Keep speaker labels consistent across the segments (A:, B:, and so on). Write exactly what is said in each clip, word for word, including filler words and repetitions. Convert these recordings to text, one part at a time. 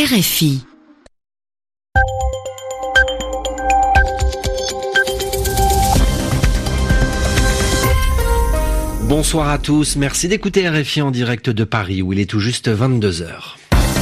A: R F I.
B: Bonsoir à tous, merci d'écouter R F I en direct de Paris où il est tout juste vingt-deux heures.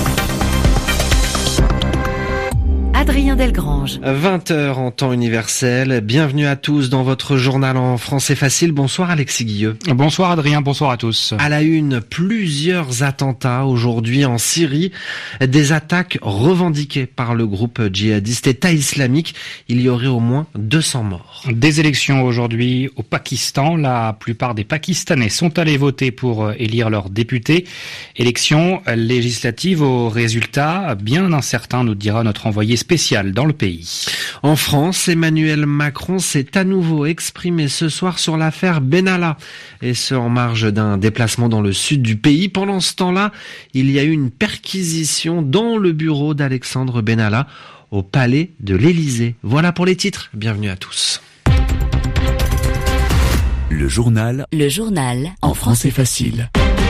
A: Adrien Delgrange.
B: vingt heures en temps universel. Bienvenue à tous dans votre journal en français facile. Bonsoir Alexis Guilleux.
C: Bonsoir Adrien, bonsoir à tous.
B: À la une, plusieurs attentats aujourd'hui en Syrie. Des attaques revendiquées par le groupe djihadiste État islamique. Il y aurait au moins deux cents morts.
C: Des élections aujourd'hui au Pakistan. La plupart des Pakistanais sont allés voter pour élire leurs députés. Élections législatives aux résultats bien incertains, nous dira notre envoyé spécial dans le pays.
B: En France, Emmanuel Macron s'est à nouveau exprimé ce soir sur l'affaire Benalla, et ce en marge d'un déplacement dans le sud du pays. Pendant ce temps-là, il y a eu une perquisition dans le bureau d'Alexandre Benalla au palais de l'Élysée. Voilà pour les titres. Bienvenue à tous.
D: Le journal.
A: Le journal.
D: En français facile.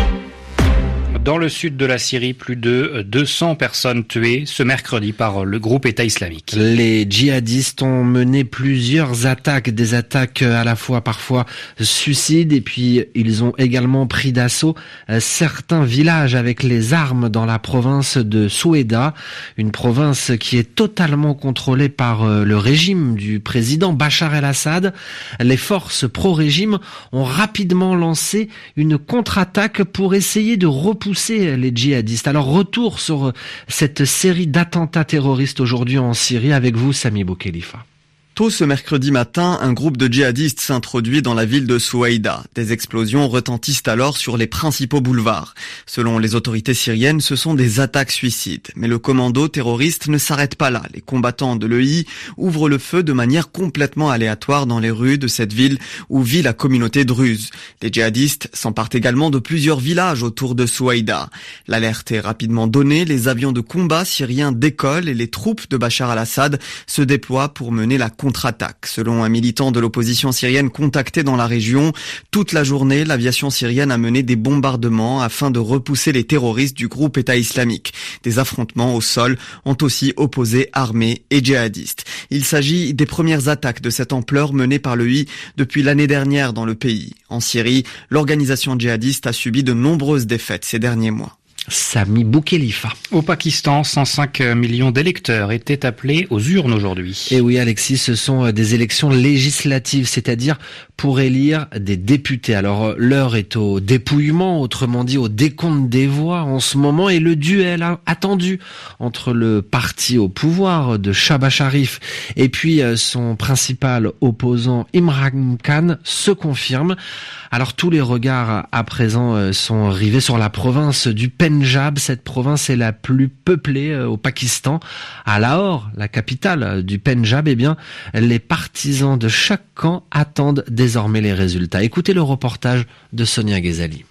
C: Dans le sud de la Syrie, plus de deux cents personnes tuées ce mercredi par le groupe État islamique.
B: Les djihadistes ont mené plusieurs attaques, des attaques à la fois parfois suicides, et puis ils ont également pris d'assaut certains villages avec les armes dans la province de Soueida, une province qui est totalement contrôlée par le régime du président Bachar el-Assad. Les forces pro-régime ont rapidement lancé une contre-attaque pour essayer de repousser les djihadistes. Alors retour sur cette série d'attentats terroristes aujourd'hui en Syrie avec vous, Sami Boukhelifa.
E: Tôt ce mercredi matin, un groupe de djihadistes s'introduit dans la ville de Soueida. Des explosions retentissent alors sur les principaux boulevards. Selon les autorités syriennes, ce sont des attaques suicides. Mais le commando terroriste ne s'arrête pas là. Les combattants de l'E I ouvrent le feu de manière complètement aléatoire dans les rues de cette ville où vit la communauté druze. Les djihadistes s'emparent également de plusieurs villages autour de Soueida. L'alerte est rapidement donnée, les avions de combat syriens décollent et les troupes de Bachar al-Assad se déploient pour mener la contre-attaque. Selon un militant de l'opposition syrienne contacté dans la région, toute la journée, l'aviation syrienne a mené des bombardements afin de repousser les terroristes du groupe État islamique. Des affrontements au sol ont aussi opposé armées et djihadistes. Il s'agit des premières attaques de cette ampleur menées par l'E I depuis l'année dernière dans le pays. En Syrie, l'organisation djihadiste a subi de nombreuses défaites ces derniers mois.
B: Sami Boukhelifa.
C: Au Pakistan, cent cinq millions d'électeurs étaient appelés aux urnes aujourd'hui.
B: Et oui, Alexis, ce sont des élections législatives, c'est-à-dire pour élire des députés. Alors, l'heure est au dépouillement, autrement dit au décompte des voix en ce moment, et le duel attendu entre le parti au pouvoir de Shahbaz Sharif et puis son principal opposant Imran Khan se confirme. Alors, tous les regards à présent sont rivés sur la province du Pendjab. Cette province est la plus peuplée au Pakistan. À Lahore, la capitale du Pendjab, eh bien, les partisans de chaque camp attendent désormais les résultats. Écoutez le reportage de Sonia Ghezali.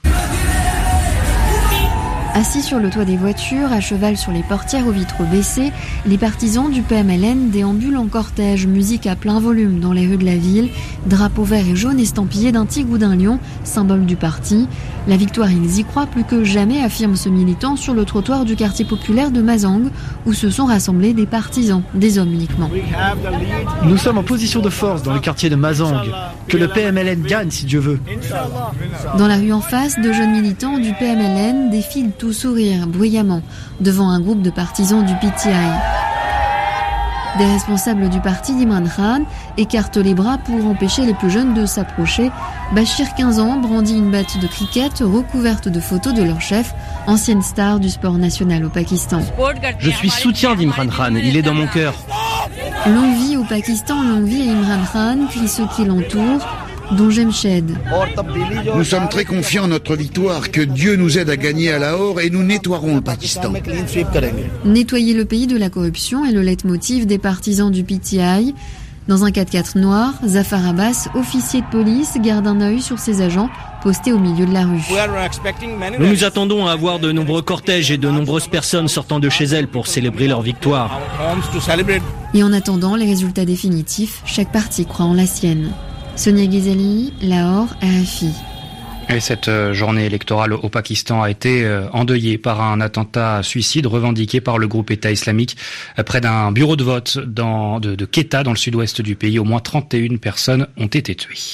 F: Assis sur le toit des voitures, à cheval sur les portières aux vitraux baissés, les partisans du P M L N déambulent en cortège, musique à plein volume dans les rues de la ville, drapeaux verts et jaunes estampillés d'un tigre ou d'un lion, symbole du parti. La victoire, ils y croient plus que jamais, affirme ce militant sur le trottoir du quartier populaire de Mazang, où se sont rassemblés des partisans, des hommes uniquement.
G: Nous sommes en position de force dans le quartier de Mazang. Que le P M L N gagne si Dieu veut.
F: Dans la rue en face, deux jeunes militants du P M L N défilent tout sourire, bruyamment, devant un groupe de partisans du P T I. Des responsables du parti d'Imran Khan écartent les bras pour empêcher les plus jeunes de s'approcher. Bachir, quinze ans, brandit une batte de cricket recouverte de photos de leur chef, ancienne star du sport national au Pakistan.
G: Je suis soutien d'Imran Khan, il est dans mon cœur.
F: Longue vie au Pakistan, longue vie à Imran Khan, crient ceux qui l'entourent, dont Jemshed.
H: Nous sommes très confiants en notre victoire, que Dieu nous aide à gagner à Lahore et nous nettoierons le Pakistan.
F: Nettoyer le pays de la corruption est le leitmotiv des partisans du P T I. Dans un quatre-quatre noir, Zafar Abbas, officier de police, garde un œil sur ses agents postés au milieu de la rue.
I: Nous nous attendons à avoir de nombreux cortèges et de nombreuses personnes sortant de chez elles pour célébrer leur victoire.
F: Et en attendant les résultats définitifs, chaque parti croit en la sienne. Sonia Ghezali, Lahore, R F I.
C: Et cette journée électorale au Pakistan a été endeuillée par un attentat suicide revendiqué par le groupe État islamique près d'un bureau de vote dans, de, de Quetta, dans le sud-ouest du pays. Au moins trente et une personnes ont été tuées.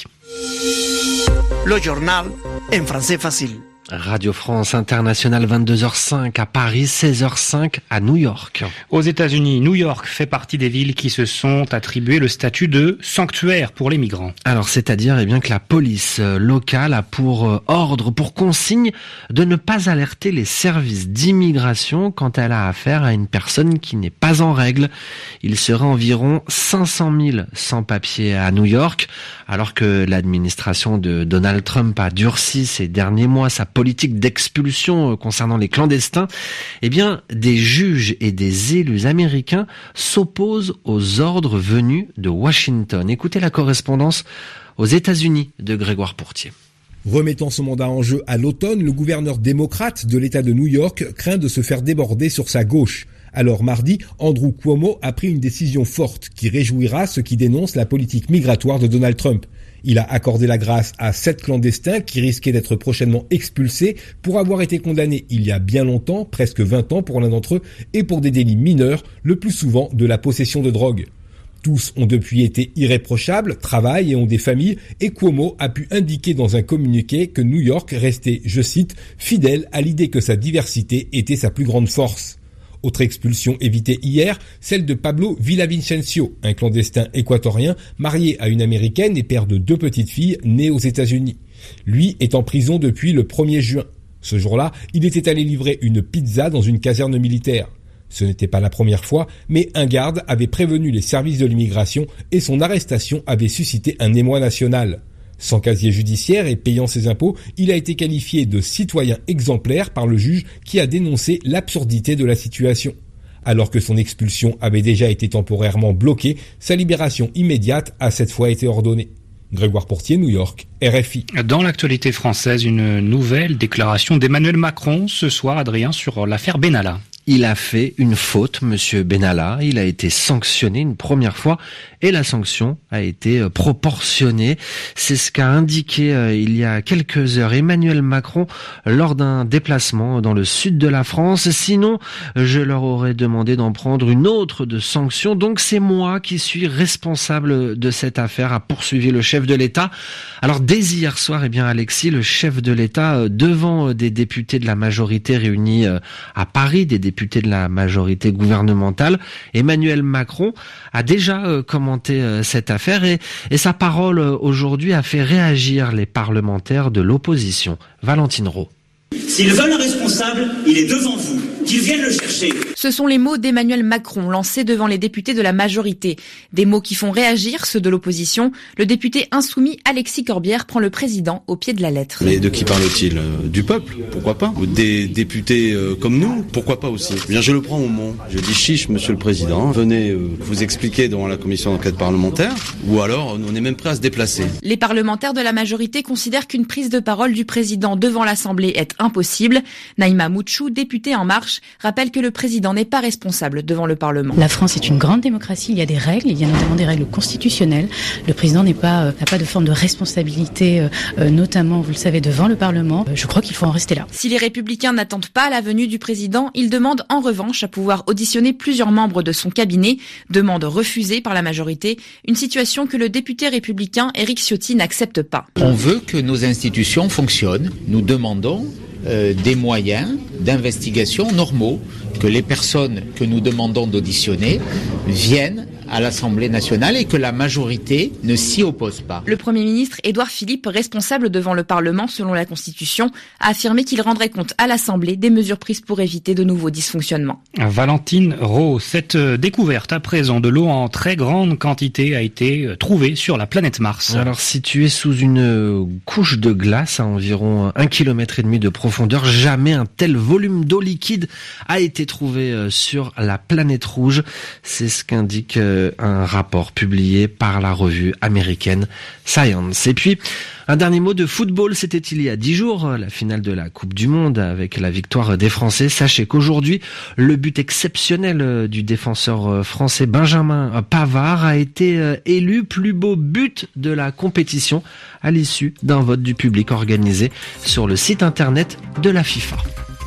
J: Le journal en français facile.
B: Radio France Internationale, vingt-deux heures cinq à Paris, seize heures cinq à New York.
C: Aux États-Unis, New York fait partie des villes qui se sont attribuées le statut de sanctuaire pour les migrants.
B: Alors, c'est-à-dire, eh bien, que la police locale a pour ordre, pour consigne de ne pas alerter les services d'immigration quand elle a affaire à une personne qui n'est pas en règle. Il serait environ cinq cent mille sans-papiers à New York, alors que l'administration de Donald Trump a durci ces derniers mois sa politique d'expulsion concernant les clandestins, eh bien, des juges et des élus américains s'opposent aux ordres venus de Washington. Écoutez la correspondance aux États-Unis de Grégoire Pourtier.
K: Remettant son mandat en jeu à l'automne, le gouverneur démocrate de l'État de New York craint de se faire déborder sur sa gauche. Alors mardi, Andrew Cuomo a pris une décision forte qui réjouira ceux qui dénoncent la politique migratoire de Donald Trump. Il a accordé la grâce à sept clandestins qui risquaient d'être prochainement expulsés pour avoir été condamnés il y a bien longtemps, presque vingt ans pour l'un d'entre eux, et pour des délits mineurs, le plus souvent de la possession de drogue. Tous ont depuis été irréprochables, travaillent et ont des familles, et Cuomo a pu indiquer dans un communiqué que New York restait, je cite, fidèle à l'idée que sa diversité était sa plus grande force. Autre expulsion évitée hier, celle de Pablo Villavicencio, un clandestin équatorien marié à une américaine et père de deux petites filles nées aux États-Unis. Lui est en prison depuis le premier juin. Ce jour-là, il était allé livrer une pizza dans une caserne militaire. Ce n'était pas la première fois, mais un garde avait prévenu les services de l'immigration et son arrestation avait suscité un émoi national. Sans casier judiciaire et payant ses impôts, il a été qualifié de citoyen exemplaire par le juge qui a dénoncé l'absurdité de la situation. Alors que son expulsion avait déjà été temporairement bloquée, sa libération immédiate a cette fois été ordonnée. Grégoire Pourtier, New York, R F I.
C: Dans l'actualité française, une nouvelle déclaration d'Emmanuel Macron ce soir, Adrien, sur l'affaire Benalla.
B: Il a fait une faute, monsieur Benalla. Il a été sanctionné une première fois et la sanction a été proportionnée. C'est ce qu'a indiqué euh, il y a quelques heures Emmanuel Macron lors d'un déplacement dans le sud de la France. Sinon, je leur aurais demandé d'en prendre une autre de sanction. Donc c'est moi qui suis responsable de cette affaire, a poursuivi le chef de l'État. Alors dès hier soir, eh bien Alexis, le chef de l'État, devant des députés de la majorité réunis à Paris, des députés de la majorité gouvernementale, Emmanuel Macron a déjà euh, commenté euh, cette affaire et, et sa parole euh, aujourd'hui a fait réagir les parlementaires de l'opposition. Valentine Rowe.
L: S'ils veulent un responsable, il est devant vous. Qu'ils viennent le chercher.
M: Ce sont les mots d'Emmanuel Macron lancés devant les députés de la majorité. Des mots qui font réagir ceux de l'opposition. Le député insoumis Alexis Corbière prend le président au pied de la lettre.
N: Mais de qui parle-t-il ? Du peuple ? Pourquoi pas ? Ou des députés euh, comme nous ? Pourquoi pas aussi ? Bien, je le prends au mot. Je dis chiche, monsieur le président. Venez euh, vous expliquer devant la commission d'enquête parlementaire. Ou alors, on est même prêt à se déplacer.
M: Les parlementaires de la majorité considèrent qu'une prise de parole du président devant l'Assemblée est impossible. Naïma Mouchou, députée En Marche, rappelle que le président n'est pas responsable devant le Parlement.
O: La France est une grande démocratie, il y a des règles, il y a notamment des règles constitutionnelles. Le président n'est pas, euh, n'a pas de forme de responsabilité, euh, notamment, vous le savez, devant le Parlement. Euh, je crois qu'il faut en rester là.
M: Si les Républicains n'attendent pas la venue du président, ils demandent en revanche à pouvoir auditionner plusieurs membres de son cabinet, demande refusée par la majorité, une situation que le député républicain Éric Ciotti n'accepte pas.
P: On veut que nos institutions fonctionnent. Nous demandons euh, des moyens d'investigation normaux, que les personnes que nous demandons d'auditionner viennent à l'Assemblée nationale et que la majorité ne s'y oppose pas.
M: Le Premier ministre Édouard Philippe, responsable devant le Parlement selon la Constitution, a affirmé qu'il rendrait compte à l'Assemblée des mesures prises pour éviter de nouveaux dysfonctionnements.
C: Valentine Rowe, cette découverte à présent de l'eau en très grande quantité a été trouvée sur la planète Mars.
B: Alors située sous une couche de glace à environ un kilomètre et demi de profondeur, jamais un tel volume d'eau liquide a été trouvé sur la planète rouge. C'est ce qu'indique euh, un rapport publié par la revue américaine Science. Et puis, un dernier mot de football, c'était il y a dix jours, la finale de la Coupe du Monde avec la victoire des Français. Sachez qu'aujourd'hui, le but exceptionnel du défenseur français Benjamin Pavard a été élu plus beau but de la compétition à l'issue d'un vote du public organisé sur le site internet de la FIFA.